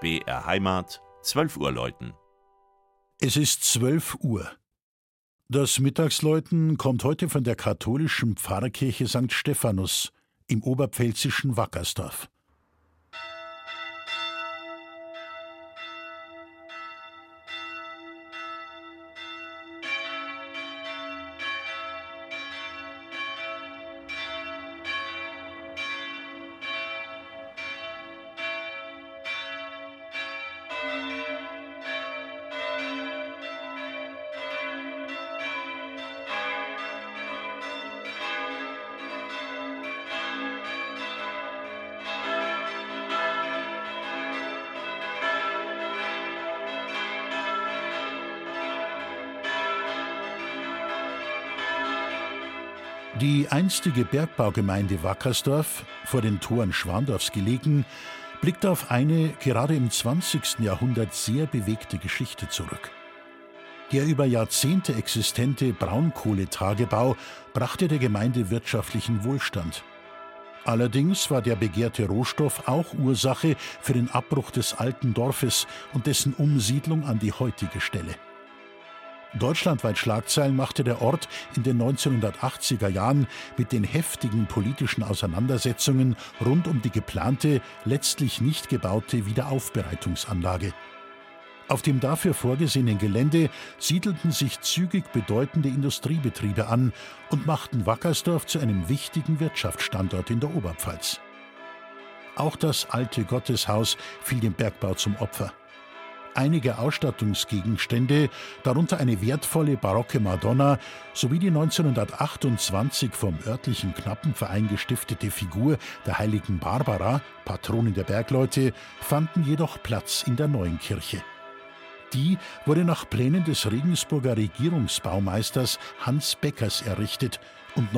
BR Heimat, 12 Uhr läuten. Es ist 12 Uhr. Das Mittagsläuten kommt heute von der katholischen Pfarrkirche St. Stephanus im oberpfälzischen Wackersdorf. Die einstige Bergbaugemeinde Wackersdorf, vor den Toren Schwandorfs gelegen, blickt auf eine gerade im 20. Jahrhundert sehr bewegte Geschichte zurück. Der über Jahrzehnte existente Braunkohletagebau brachte der Gemeinde wirtschaftlichen Wohlstand. Allerdings war der begehrte Rohstoff auch Ursache für den Abbruch des alten Dorfes und dessen Umsiedlung an die heutige Stelle. Deutschlandweit Schlagzeilen machte der Ort in den 1980er Jahren mit den heftigen politischen Auseinandersetzungen rund um die geplante, letztlich nicht gebaute Wiederaufbereitungsanlage. Auf dem dafür vorgesehenen Gelände siedelten sich zügig bedeutende Industriebetriebe an und machten Wackersdorf zu einem wichtigen Wirtschaftsstandort in der Oberpfalz. Auch das alte Gotteshaus fiel dem Bergbau zum Opfer. Einige Ausstattungsgegenstände, darunter eine wertvolle barocke Madonna sowie die 1928 vom örtlichen Knappenverein gestiftete Figur der heiligen Barbara, Patronin der Bergleute, fanden jedoch Platz in der neuen Kirche. Die wurde nach Plänen des Regensburger Regierungsbaumeisters Hans Beckers errichtet und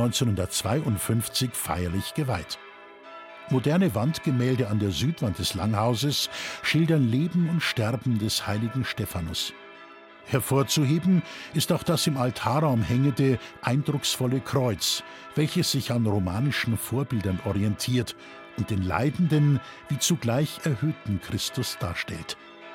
1952 feierlich geweiht. Moderne Wandgemälde an der Südwand des Langhauses schildern Leben und Sterben des heiligen Stephanus. Hervorzuheben ist auch das im Altarraum hängende, eindrucksvolle Kreuz, welches sich an romanischen Vorbildern orientiert und den leidenden wie zugleich erhöhten Christus darstellt.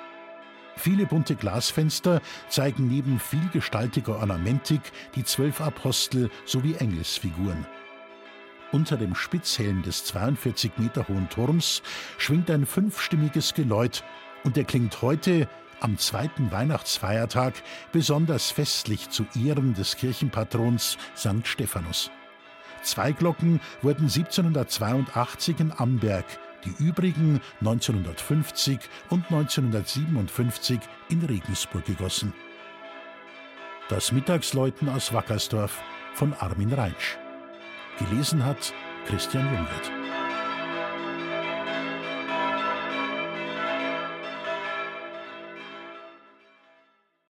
Viele bunte Glasfenster zeigen neben vielgestaltiger Ornamentik die 12 Apostel sowie Engelsfiguren. Unter dem Spitzhelm des 42 Meter hohen Turms schwingt ein 5-stimmiges Geläut und er klingt heute, am zweiten Weihnachtsfeiertag, besonders festlich zu Ehren des Kirchenpatrons St. Stephanus. 2 Glocken wurden 1782 in Amberg, die übrigen 1950 und 1957 in Regensburg gegossen. Das Mittagsläuten aus Wackersdorf von Armin Reinsch. Gelesen hat Christian Jungwirth.